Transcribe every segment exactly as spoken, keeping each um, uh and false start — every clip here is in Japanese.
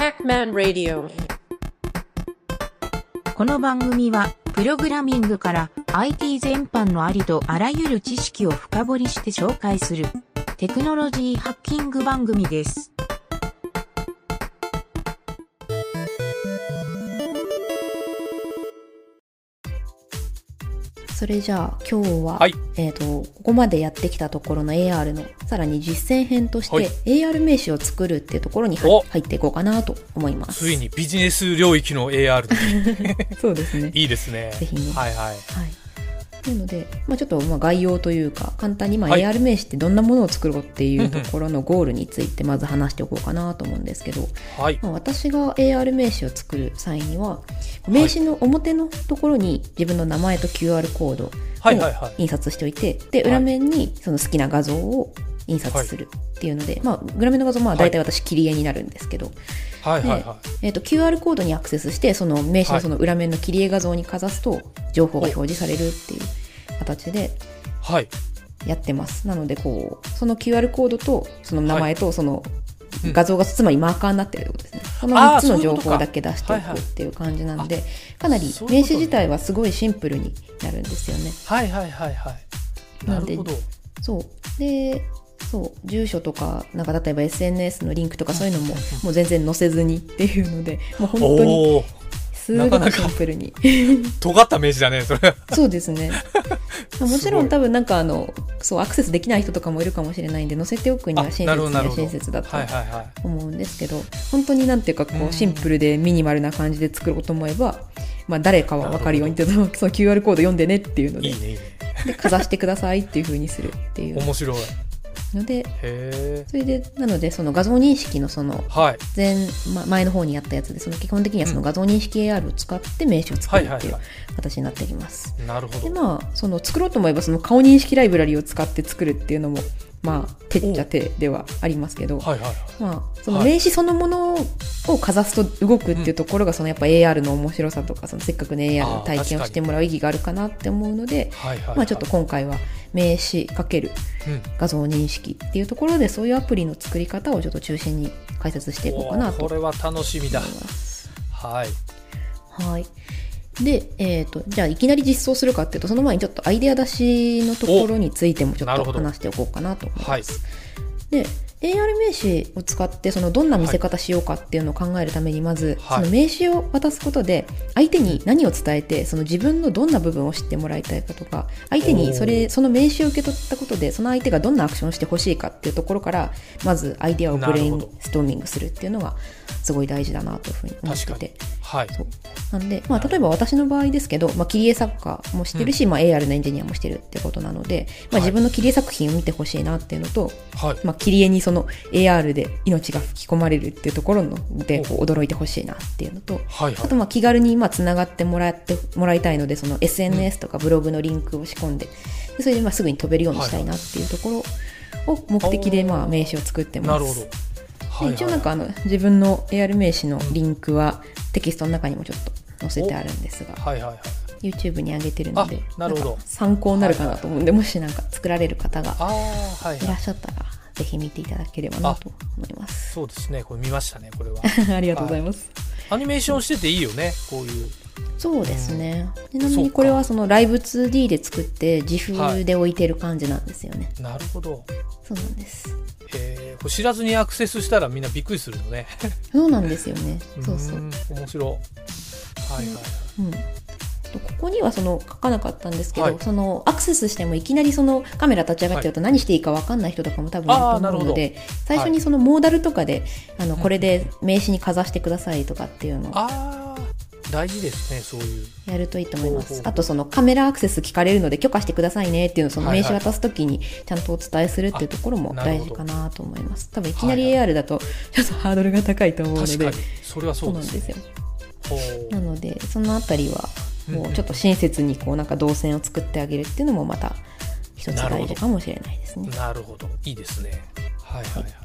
Pac-Man Radio。 この番組はプログラミングから アイティー 全般のありとあらゆる知識を深掘りして紹介するテクノロジーハッキング番組です。 それじゃあ今日は、 はい、 えーと、ここまでやってきたところの エーアール のさらに実践編として、 はい、 エーアール 名刺を作るっていうところに入っていこうかなと思います。 ついにビジネス領域の エーアール にそうですね。 いいですね。 ぜひね。 はいはい。 はいなので、まあ、ちょっとまあ概要というか簡単にまあはいエーアール 名刺ってどんなものを作ろうっていうところのゴールについてまず話しておこうかなと思うんですけど、 はいまあ、私が エーアール 名刺を作る際には名刺の表のところに自分の名前と キューアール コードを印刷しておいて、で裏面にその好きな画像を印刷するっていうので、はいまあ、裏面の画像は大体私切り絵になるんですけど、 はいはいはいえー、と キューアール コードにアクセスしてその名刺のその裏面の切り絵画像にかざすと情報が表示されるっていう形でやってます、はい、なのでこうその キューアール コードとその名前とその画像がつまりマーカーになってるってことですね、うん、そのみっつの情報だけ出しておくっていう感じなので、かなり名刺自体はすごいシンプルになるんですよね。 はいはいはいはいなるほど。 そうでそう住所とかなんか例えば エスエヌエス のリンクとかそういうのももう全然載せずにっていうのでもう本当にすごくシンプルに尖った名刺だねそれ。そうですねもちろん多分なんかあのそうアクセスできない人とかもいるかもしれないんで載せておくには親切に親切だと思うんですけど、本当になんていうかこうシンプルでミニマルな感じで作ろうと思えば、まあ、誰かは分かるようにってその キューアール コード読んでねっていうので、 いいねいいねでかざしてくださいっていう風にするっていう面白いので、 へそれでなのでその画像認識のその前、ま、前の方にやったやつでその基本的にはその画像認識 エーアール を使って名刺を作るっていう形になってきます。 なるほど。 でまあその作ろうと思えばその顔認識ライブラリを使って作るっていうのもまあ手っちゃ手ではありますけど、 はいはいはい、 まあその名刺そのものをかざすと動くっていうところがそのやっぱ エーアール の面白さとかそのせっかくね エーアール の体験をしてもらう意義があるかなって思うので、 はいはいはい、 まあちょっと今回は名刺×画像認識っていうところでそういうアプリの作り方をちょっと中心に解説していこうかなと。 これは楽しみだ。はいはいで、えーと、じゃあいきなり実装するかっていうとその前にちょっとアイデア出しのところについてもちょっと話しておこうかなと思います。はい、でエーアール 名刺を使ってそのどんな見せ方しようかっていうのを考えるためにまず、はい、その名刺を渡すことで相手に何を伝えてその自分のどんな部分を知ってもらいたいかとか相手にそれその名刺を受け取ったことでその相手がどんなアクションをしてほしいかっていうところからまずアイデアをブレインストーミングするっていうのがすごい大事だなというふうに思ってて、 はい、 そうなんで、まあ、例えば私の場合ですけど、まあ、切り絵作家もしてるし、うんまあ、エーアール のエンジニアもしてるってことなので、まあ、自分の切り絵作品を見てほしいなっていうのと、はいまあ、切り絵にその エーアール で命が吹き込まれるっていうところのでこう驚いてほしいなっていうのと、はいはい、あとまあ気軽にまあつながってもらってもらいたいのでその エスエヌエス とかブログのリンクを仕込んで、でそれでまあすぐに飛べるようにしたいなっていうところを目的でまあ名刺を作ってます。 なるほど。 で一応なんかあの自分の エーアール 名刺のリンクはテキストの中にもちょっと載せてあるんですが、 はいはいはい、 YouTube に上げてるのでなるほど参考になるかなと思うんで、はいはい、もしなんか作られる方がいらっしゃったらぜひ見ていただければなと思います。 そうですね、これ見ましたねこれはありがとうございます、 はい、アニメーションしてていいよねこういう。 そうですね、うん、ちなみにこれはそのライブ ツーディー で作って自負で置いてる感じなんですよね、 はい、なるほど。 そうなんです。 へー、これ知らずにアクセスしたらみんなびっくりするのねそうなんですよねそうそう面白い。はいはいはい、 うんここにはその書かなかったんですけど、 はい、 そのアクセスしてもいきなりそのカメラ立ち上がっちゃうと何していいか分かんない人とかも多分いると思うので、最初にそのモーダルとかで、はい、あのこれで名刺にかざしてくださいとかっていうのをあ大事ですね、そういうやるといいと思います。あとそのカメラアクセス聞かれるので許可してくださいねっていうのをその名刺渡すときにちゃんとお伝えするっていうところも大事かなと思います。多分いきなり エーアール だとちょっとハードルが高いと思うので、 確かにそれはそうですね。 そうなんですよ。なのでそのあたりはもうちょっと親切にこうなんか動線を作ってあげるっていうのもまた一つ大事かもしれないですね。 なるほど、いいですね。はいはいはい。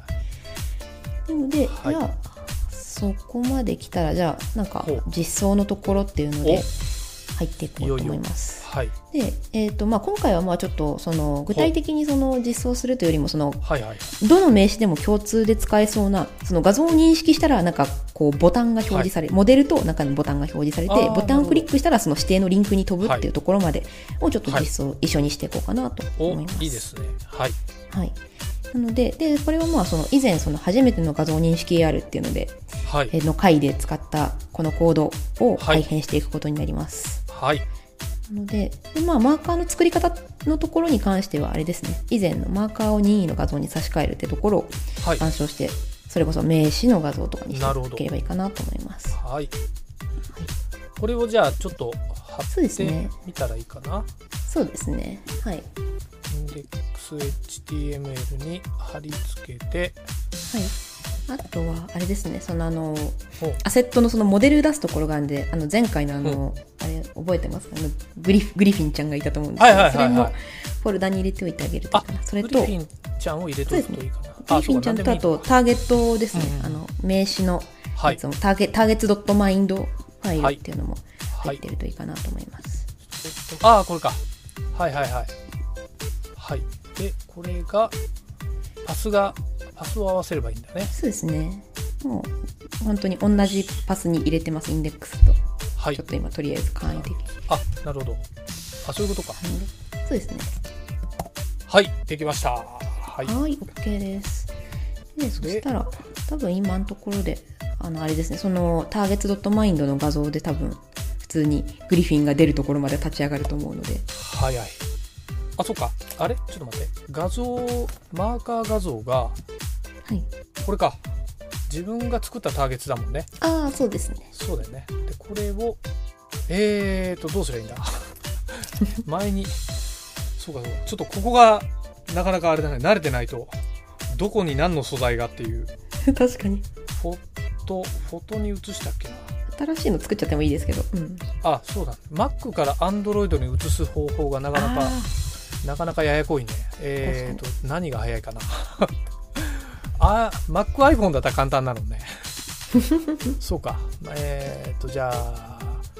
なので、 はい、 じゃあそこまで来たらじゃあなんか実装のところっていうので入っていこうと思います。 はい、 で、えーとまあ、今回はまあちょっとその具体的にその実装するというよりもその、 はいはい、 どの名詞でも共通で使えそうなその画像を認識したらなんかこうボタンが表示され、はい、モデルと中にボタンが表示されてボタンをクリックしたらその指定のリンクに飛ぶっていうところまでをちょっと実装、はい、一緒にしていこうかなと思います。 お、いいですね。はい、 はい、なので、でこれはまあその以前その初めての画像認識 エーアール っていうので、はい、えの回で使ったこのコードを改変していくことになります。 はい、 なので、で、まあ、マーカーの作り方のところに関してはあれですね、以前のマーカーを任意の画像に差し替えるってところを参照して、はい、それこそ名詞の画像とかにしていければいいかなと思います。 はい、はい、これをじゃあちょっと貼ってみたらいいかな。 そうですね、はい、 インデックス エイチティーエムエル に貼り付けて、 はい、あとはあれですね、そのあのアセットのそのモデル出すところがあるんで、あの前回のあの、うん、あれ覚えてますか、あのグリフグリフィンちゃんがいたと思うんですけど、はいはいはいはい、それもフォルダに入れておいてあげるといいかな。それとグリフィンちゃんを入れておくといいかな。 グリフィンちゃんとあとターゲットですね、うん、あの名詞のやつも、はい、ターゲターゲットドットマインドファイルっていうのも入ってるといいかなと思います。 はいはい、ああこれか、はいはいはいはい。でこれがパスがパスを合わせればいいんだね。 そうですね、もう本当に同じパスに入れてます、インデックスと、はい、ちょっと今とりあえず簡易的に。 あ、なるほど、あ、そういうことか。 そうですね、 はい、できました。はい、 はい、OK です。でそしたら多分今のところであのあれですね、そのターゲットドットマインドの画像で多分普通にグリフィンが出るところまで立ち上がると思うので、 はいはい、あ、そうか、あれちょっと待って、画像マーカー画像が、はい、これか、自分が作ったターゲットだもんね。 ああ、そうですね。 そうだよね。でこれをえーとどうすればいいんだ前にそうかそうか、ちょっとここがなかなかあれだね、慣れてないとどこに何の素材がっていう確かにフォトフォトに移したっけな。 新しいの作っちゃってもいいですけど、うん、あ、 そうだ、Mac から Android に移す方法がなかなかなかなかややこいね。えーと何が早いかなあ、Mac iPhone だったら簡単なのねそうか、えーとじゃあ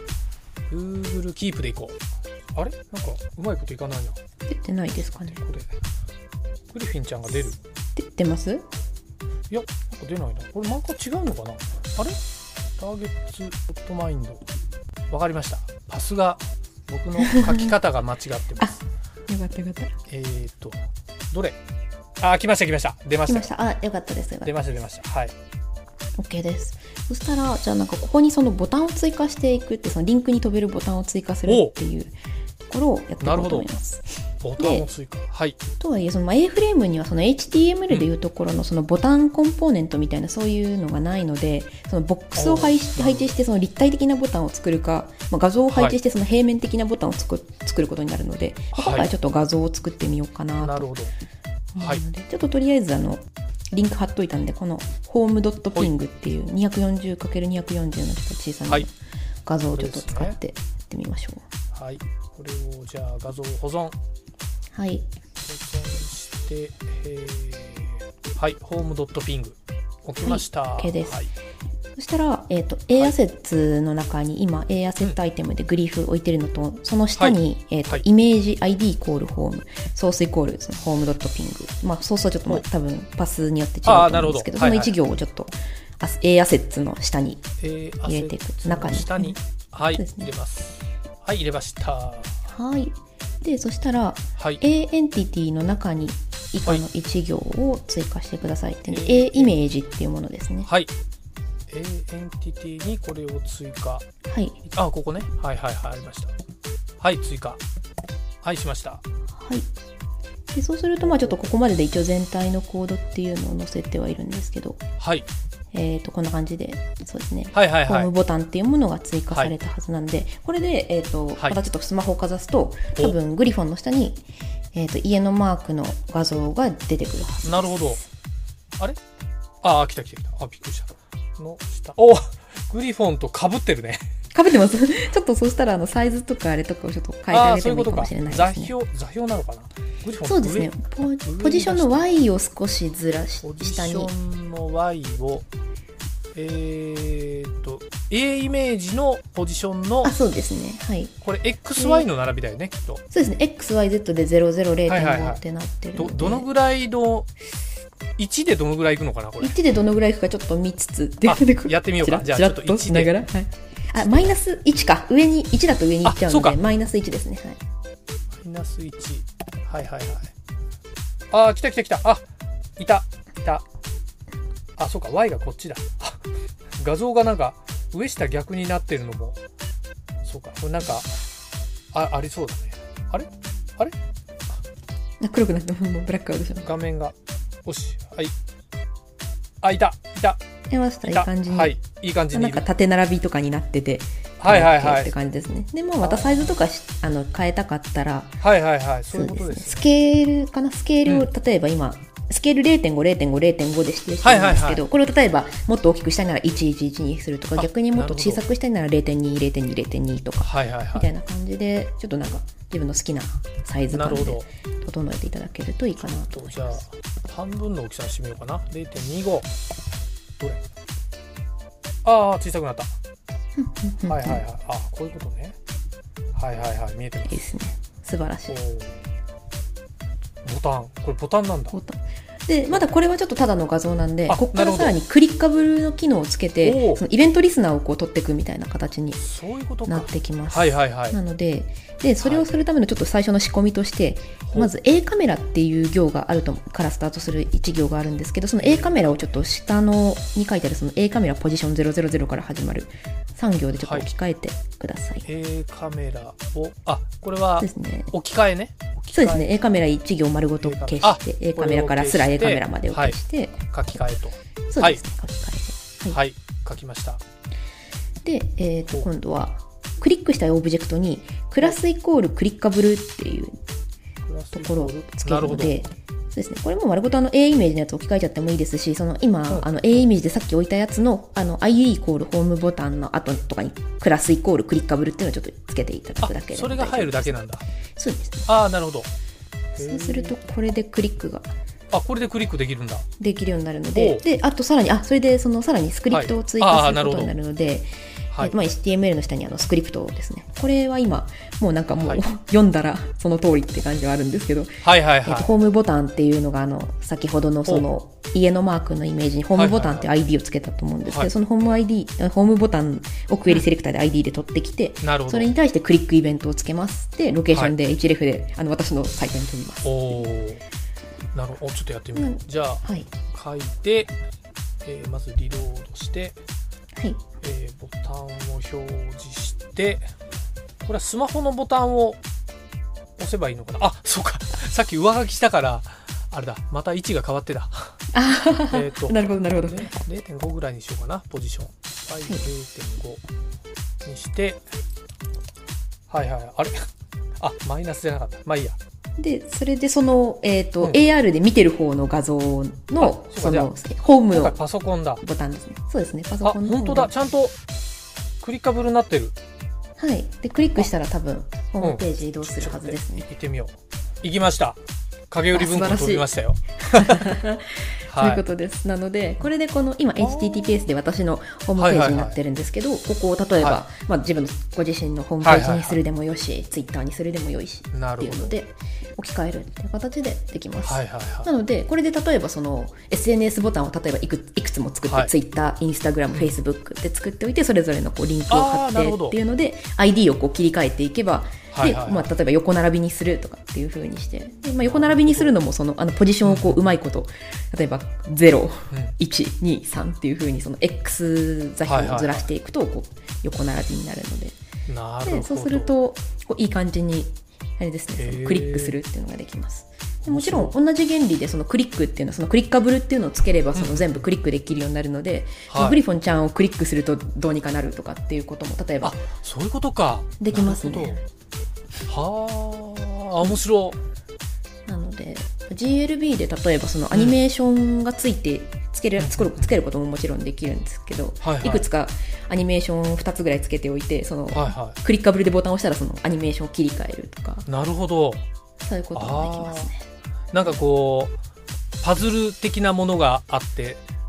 Google Keep でいこう。あれなんかうまいこといかないな。 出てないですかね。 これグリフィンちゃんが出る。 出てます？ いや、なんか出ないな。これマーカー違うのかな。あれターゲットドットマインド、わかりました。パスが僕の書き方が間違ってますよかったよかった。 えーとどれ、あ、来ました来ました、出ました。 来ました。あ、よかったです。 出ました出ました。はい、 OK です。そしたらじゃあなんかここにそのボタンを追加していくって、そのリンクに飛べるボタンを追加するっていうところをやっていこうと思います。 ボタンを追加、はい。 とはいえその、まあ、A フレームにはその エイチティーエムエル でいうところのそのボタンコンポーネントみたいなそういうのがないので、そのボックスを配置してその立体的なボタンを作るか、まあ、画像を配置してその平面的なボタンを作る、作ることになるので、はい、今回はちょっと画像を作ってみようかなと。 なるほど、はい、 ちょっととりあえずあのリンク貼っといたんで、この ホームドットピング っていう にひゃくよんじゅうかけるにひゃくよんじゅう のちょっと小さな画像をちょっと使ってやってみましょう。 はい、これをじゃあ画像保存、 はい、 保存して、えー、はい、ホームドットピング置きました。 はい、OK です。 はい、 そしたら、えーと、A アセッツの中に今 A アセットアイテムでグリフ置いてるのと、うん、その下に、はい、えーとはい、イメージ アイディー イコールホーム、ソースイコールそのホームドットピング、まあソースはちょっと、まあ、多分パスによって違うと思うんですけど、そのいち行をちょっと、はいはい、A アセッツの下に入れていく、中に下に、はい、ね、入れます。はい、入れました。 はい。でそしたら、はい、A エンティティの中に以下のいち行を追加してくださいって、はい、A イメージっていうものですね。 はい、A エンティティにこれを追加、はい、あ、ここね、はいはいはい、ありました。はい、追加、はい、しました。はい。 でそうするとまあちょっとここまでで一応全体のコードっていうのを載せてはいるんですけど、はい、えーとこんな感じで、そうですね、 はいはいはい、 ホームボタンっていうものが追加されたはずなんで、はい、これで、えーとはい、またちょっとスマホをかざすと多分グリフォンの下に、えーと家のマークの画像が出てくるはずです。 なるほど。あれ、あ、来た来た来た、あ、びっくりした。の下、お、グリフォンと被ってるね。 被ってますちょっとそうしたらあのサイズとかあれとかをちょっと変えてあげてもいいかもしれないですね。 座標、座標なのかな。グリフォン、 そうですね、ポ、ポジションの Y を少しずらし、 ポジションの Y をえーと A イメージのポジションの、 あ、そうですね、はい、 これ エックスワイ の並びだよね、きっと。 そうですね、 エックスワイゼット でゼロゼロゼロてんごってなってるので、 ど, どのぐらいのいちでどのぐらいいくのかなこれ。 いちでどのぐらいいくかちょっと見つつあやってみようか。じゃあちょっといちで、 はい、あマイナスいちか、上にいちだと上に行っちゃうのでマイナスいちですね、はい、 マイナスいち、はいはいはい。あー来た来た来た、あいたいた、あそうか Y がこっちだ。画像がなんか上下逆になってるのも、そうかこれなんか あ, ありそうだね。あれあれあ黒くなってもうブラックアウトしました。 画面がよし、はい、あいたいたいました。いい感じに、 はい、いい感じに、 なんか縦並びとかになってて、 はいはいはいって感じですね。でもまたサイズとかあの変えたかったら、 はいはいはい、そういうことですね。 スケールかな、スケールを、うん、例えば今スケール ゼロてんご、ゼロてんご、ゼロてんご で指定してるんですけど、はいはいはい、これを例えばもっと大きくしたいならいちいちいちにするとか、逆にもっと小さくしたいなら ゼロてんに、ゼロてんに、ゼロてんに とか、はいはいはい、みたいな感じでちょっとなんか自分の好きなサイズ感で整えていただけるといいかなと思います。 じゃあ半分の大きさにしてみようかな。 ゼロてんにご どれ、ああ小さくなったはいはいはい、あこういうことね。はいはいはい、見えてます。 いいですね、素晴らしい。 ボタン、これボタンなんだ。 ボタンでまだこれはちょっとただの画像なんで、ここからさらにクリッカブルの機能をつけて、そのイベントリスナーをこう取っていくみたいな形になってきます。 はいはいはい、 なので、でそれをするためのちょっと最初の仕込みとして、はい、まず A カメラっていう行があるとからスタートするいち行があるんですけど、その A カメラをちょっと下のに書いてあるその A カメラポジションゼロゼロゼロから始まるさん行でちょっと置き換えてください。はい、 A カメラを、あこれは置き換えね。 そうですね、A カメラいち行丸ごと消して A カメラからすら A カメラまでを消して、 はい、書き換えと、 そうですね、書き換えて、はい、はい、書きました。 で、えー、と今度はクリックしたいオブジェクトにクラスイコールクリッカブルっていうところをつけるので、そうですね、これも丸ごとあの A イメージのやつを置き換えちゃってもいいですし、その今、うん、あの A イメージでさっき置いたやつの、あの アイディー イコールホームボタンの後とかにクラスイコールクリッカブルっていうのをちょっとつけていただくだけで、 それが入るだけなんだ。 そうですね。 ああなるほど。 そうするとこれでクリックがあこれでクリックできるんだ。 できるようになるので、であとさらにあそれでそのさらにスクリプトを追加することになるので、はい、えーまあ、エイチティーエムエル の下にあのスクリプトですね。これは今もうなんかもう、はい、読んだらその通りって感じはあるんですけど、 はいはいはい、 えーと、ホームボタンっていうのがあの先ほどのその家のマークのイメージにホームボタンって アイディー をつけたと思うんですけど、はいはいはい、そのホーム アイディー ホームボタンをクエリセレクターで アイディー で取ってきて、うん、それに対してクリックイベントをつけます。でロケーションで エイチレフ で、はい、あの私のサイトに飛びます。 おーなるほど、ちょっとやってみよう、うん、じゃあ、はい、書いて、えー、まずリロードして、 はいえー、ボタンを表示して、これはスマホのボタンを押せばいいのかな。あそうかさっき上書きしたからあれだ、また位置が変わってたえっとなるほどなるほど、 ね、ゼロてんご ぐらいにしようかな、ポジション ゼロてんご にして、はいはいはいあれあマイナスじゃなかった、まあいいや。 でそれでその、えーとうん、エーアール で見てる方の画像のそのホームのパソコンだボタンですね。そうですね、パソコンのあ本当だ、ちゃんとクリッカブルになってる。 はい、でクリックしたら多分ホームページ移動するはずですね。 行ってみよう。行きました。影売り文庫飛びましたよそういうことです、はい、なのでこれでこの今 エイチティーティーピーエス で私のホームページになってるんですけど、はいはいはい、ここを例えば、はい、まあ、自分のご自身のホームページにするでもよし、はいはいはい、ツイッターにするでもよいしっていうので置き換えるっていう形でできます、はいはいはい、なのでこれで例えばその エスエヌエス ボタンを例えばいく、いくつも作って、はい、ツイッター、インスタグラム、フェイスブックで作っておいて、それぞれのこうリンクを貼ってっていうので アイディー をこう切り替えていけば、でまあ、例えば横並びにするとかっていう風にして、で、まあ、横並びにするのもそのあのポジションをこううまいこと例えばゼロ、いち、に、さんっていう風にその X 座標をずらしていくとこう横並びになるので、 なるほど。 でそうするとこういい感じにあれですね、そのクリックするっていうのができます。でもちろん同じ原理でそのクリックっていうのはそのクリッカブルっていうのをつければその全部クリックできるようになるので、うん、グリフォンちゃんをクリックするとどうにかなるとかっていうことも例えばあそういうことかできますね。 はあ面白い。なので ジーエルビー で例えばそのアニメーションがついてつける、うん、作るつけることももちろんできるんですけど、はいはい、いくつかアニメーションふたつぐらいつけておいてその、はいはい、クリッカブルでボタンを押したらそのアニメーションを切り替えるとか。 なるほど、 そういうこともできますね。 なんかこうパズル的なものがあって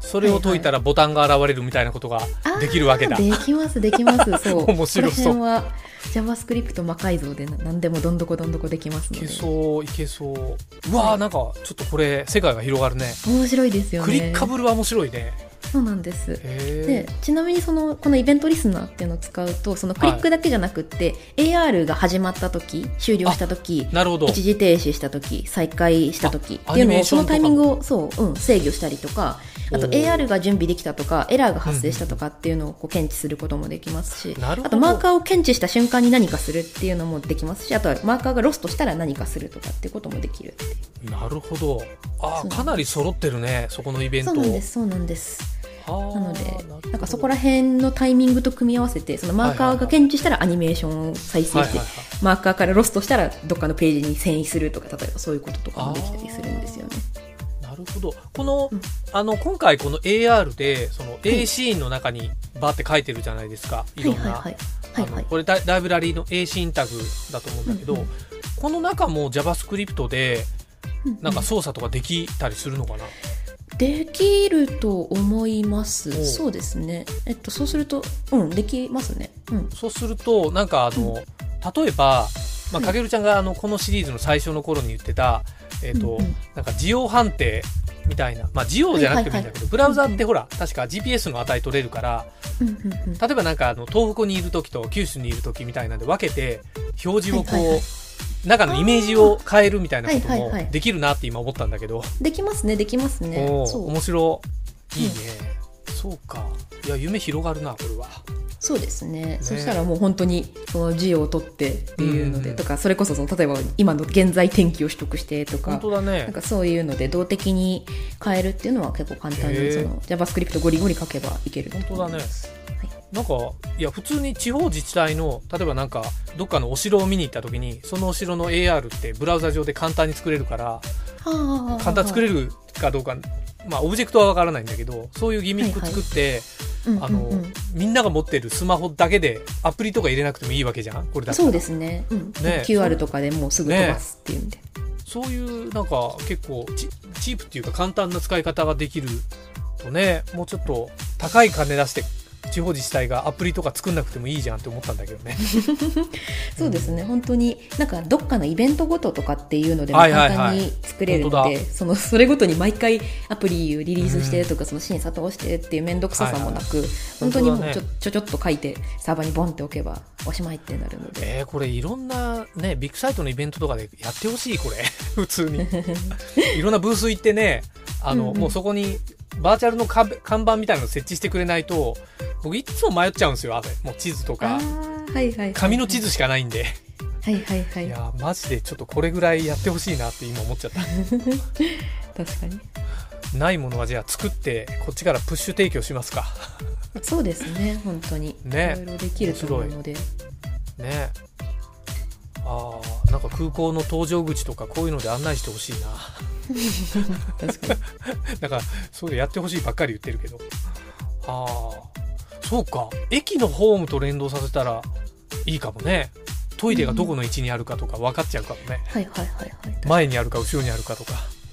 それを解いたらボタンが現れるみたいなことができるわけだ。 できますできますそう面白そう。 この辺は JavaScript 魔改造で何でもどんどこどんどこできますので。 いけそういけそう。うわー、なんかちょっとこれ世界が広がるね。 面白いですよね。 クリッカブルは面白いね。 そうなんです。でちなみにそのこのイベントリスナーっていうのを使うと、そのクリックだけじゃなくって、はい、エーアール が始まった時、終了した時、 なるほど、 一時停止した時、再開した時っていうのをそのタイミングをそう、うん、制御したりとか、あと エーアール が準備できたとかエラーが発生したとかっていうのをこう検知することもできますし、うん、あとマーカーを検知した瞬間に何かするっていうのもできますし、あとはマーカーがロストしたら何かするとかっていうこともできるっていう。 なるほど。あ、かなり揃ってるね、そこのイベント。 そうなんですそうなんです。なのでなんかそこら辺のタイミングと組み合わせて、そのマーカーが検知したらアニメーションを再生して、はいはいはい、マーカーからロストしたらどっかのページに遷移するとか、例えばそういうこととかもできたりするんですよね。 なるほど。この、うん、あの今回この エーアール でその A シーンの中にバーって書いてるじゃないですか、いろんなこれライブラリーの A シーンタグだと思うんだけど、うんうん、この中も JavaScript でなんか操作とかできたりするのかな。 できると思います。そうですね。えっとそうすると、うんできますね。うん、 そうするとなんかあの、うん、例えば、まあ、かげるちゃんがあのこのシリーズの最初の頃に言ってた、えっと、うんうん、なんかジオ判定みたいな、まあジオじゃなくてもいいんだけど、はいはいはい、ブラウザってほら、うんうん、確か ジーピーエス の値取れるから、うんうんうん、例えばなんかあの東北にいる時と九州にいる時みたいなんで分けて表示をこう、はいはいはい、中のイメージを変えるみたいなこともできるなって今思ったんだけど、はいはいはい、 できますねできますね。 そう面白いいいね、うん、そうか。いや夢広がるなこれは。 そうですね。ね、そしたらもう本当にその字を取ってっていうので、うん、とかそれこそその例えば今の現在天気を取得してとか、 本当だね、 なんかそういうので動的に変えるっていうのは結構簡単にその JavaScript ゴリゴリ書けばいけると思います。 本当だね。なんかいや普通に地方自治体の例えばなんかどっかのお城を見に行った時にそのお城の エーアール ってブラウザ上で簡単に作れるから、はあ、簡単に作れるかどうか、まあオブジェクトはわからないんだけど、そういうギミック作って、はいはい、あの、うんうんうん、みんなが持ってるスマホだけでアプリとか入れなくてもいいわけじゃんこれだったら。 そうですね、うん、ね キューアール とかでもうすぐ飛ばすっていうんで、ね、 そういうなんか結構 チ, チープっていうか簡単な使い方ができるとね、もうちょっと高い金出して地方自治体がアプリとか作んなくてもいいじゃんって思ったんだけどねそうですね、うん、本当になんかどっかのイベントごととかっていうのでも簡単に作れるので、はいはいはい、そのそれごとに毎回アプリをリリースしてとか、うん、その審査通してっていう面倒くささもなく、はいはい、本当にもうちょ、ね、ちょちょっと書いてサーバーにボンって置けばおしまいってなるので、 えー、これいろんなねビッグサイトのイベントとかでやってほしいこれ普通にいろんなブース行ってね、あの、うんうん、もうそこにバーチャルの看板みたいなの設置してくれないと僕いつも迷っちゃうんですよ。あれもう地図とか、はいはいはい、紙の地図しかないんではいはいはい、 いやマジでちょっとこれぐらいやってほしいなって今思っちゃった確かにないものはじゃあ作ってこっちからプッシュ提供しますかそうですね本当に、ね、いろいろできると思うのでね。あーなんか空港の搭乗口とかこういうので案内してほしいな確かになんかそういうのやってほしいばっかり言ってるけど、ああそうか、駅のホームと連動させたらいいかもね。トイレがどこの位置にあるかとか分かっちゃうかもね、 うん、はいはいはいはい、 前にあるか後ろにあるかとか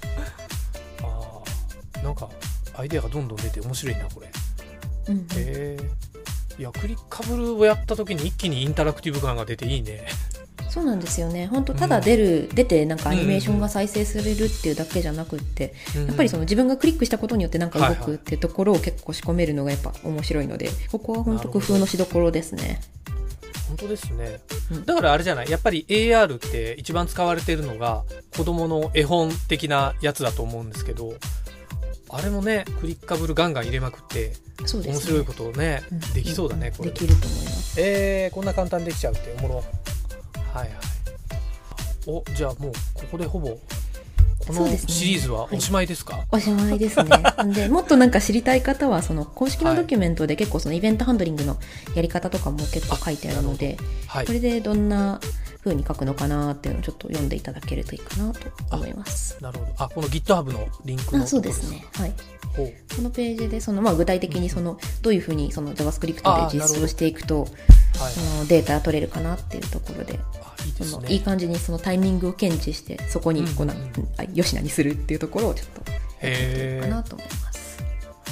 あなんかアイデアがどんどん出て面白いなこれ、うん、へーいやクリッカブルをやった時に一気にインタラクティブ感が出ていいね。 そうなんですよね。本当ただ出る、うん、出てなんかアニメーションが再生されるっていうだけじゃなくって、うん、やっぱりその自分がクリックしたことによってなんか動くっていうところを結構仕込めるのがやっぱ面白いので、ここは本当工夫のしどころですね。 本当ですね、うん、だからあれじゃない、やっぱり エーアール って一番使われているのが子供の絵本的なやつだと思うんですけど、あれもねクリッカブルガンガン入れまくってそうですね、面白いことをね、うん、できそうだね、うん、これできると思います。 えー、こんな簡単にできちゃうっておもろ。はいはい。おじゃあもうここでほぼこのシリーズはおしまいですか？ はい、おしまいですねでもっとなんか知りたい方はその公式のドキュメントで結構そのイベントハンドリングのやり方とかも結構書いてあるので、はい、それでどんな風に書くのかなっていうのをちょっと読んでいただけるといいかなと思います。 なるほど。あ、この GitHub のリンクのあそうですね、はい、このページでその、まあ、具体的にそのどういう風にその JavaScript で実装していくと、はい、そのデータが取れるかなっていうところで、 いいですね、 そのいい感じにそのタイミングを検知してそこにこうな、うんうんうん、よしなにするっていうところをちょっとやっていけるかなと思います。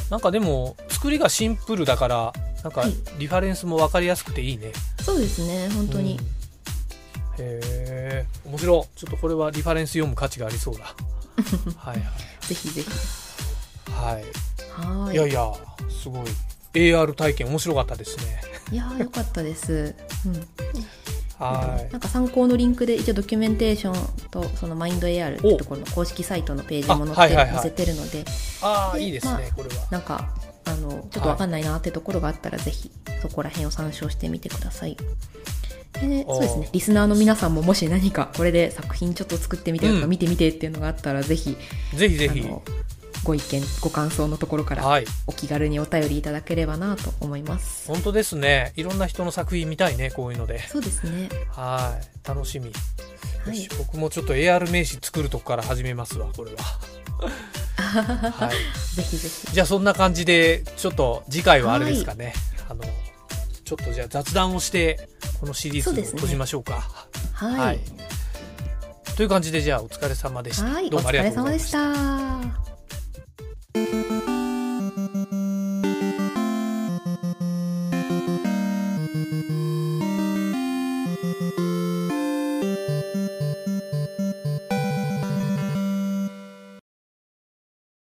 なんかでも作りがシンプルだからなんかリファレンスも分かりやすくていいね、はい、 そうですね本当に、うん、 へえ面白い。ちょっとこれはリファレンス読む価値がありそうだはいはいぜひぜひはいはいいやいやすごい エーアール 体験面白かったですね。 いやーよかったです、うん、 はい、 なんか参考のリンクで一応ドキュメンテーションとそのマインド エーアール ってところの公式サイトのページも載って、はいはいはい、載せてるので、 ああいいですね、まあ、これはなんかあのちょっと分かんないなってところがあったら、はい、ぜひそこら辺を参照してみてください。でそうですねリスナーの皆さんももし何かこれで作品ちょっと作ってみてとか、うん、見てみてっていうのがあったらぜひぜひぜひご意見ご感想のところからお気軽にお便りいただければなと思います、 はい、本当ですね。いろんな人の作品見たいねこういうので。 そうですねはい楽しみ、 はい、 僕もちょっと エーアール 名刺作るとこから始めますわこれははい、 ぜひぜひ。 じゃあそんな感じでちょっと次回はあれですかね、はい、あのちょっとじゃあ雑談をしてこのシリーズを閉じましょうか。 う、ね、はい、はい、 という感じでじゃあお疲れ様でした。 はい、 どうもありがとうございました。 お疲れ様でした。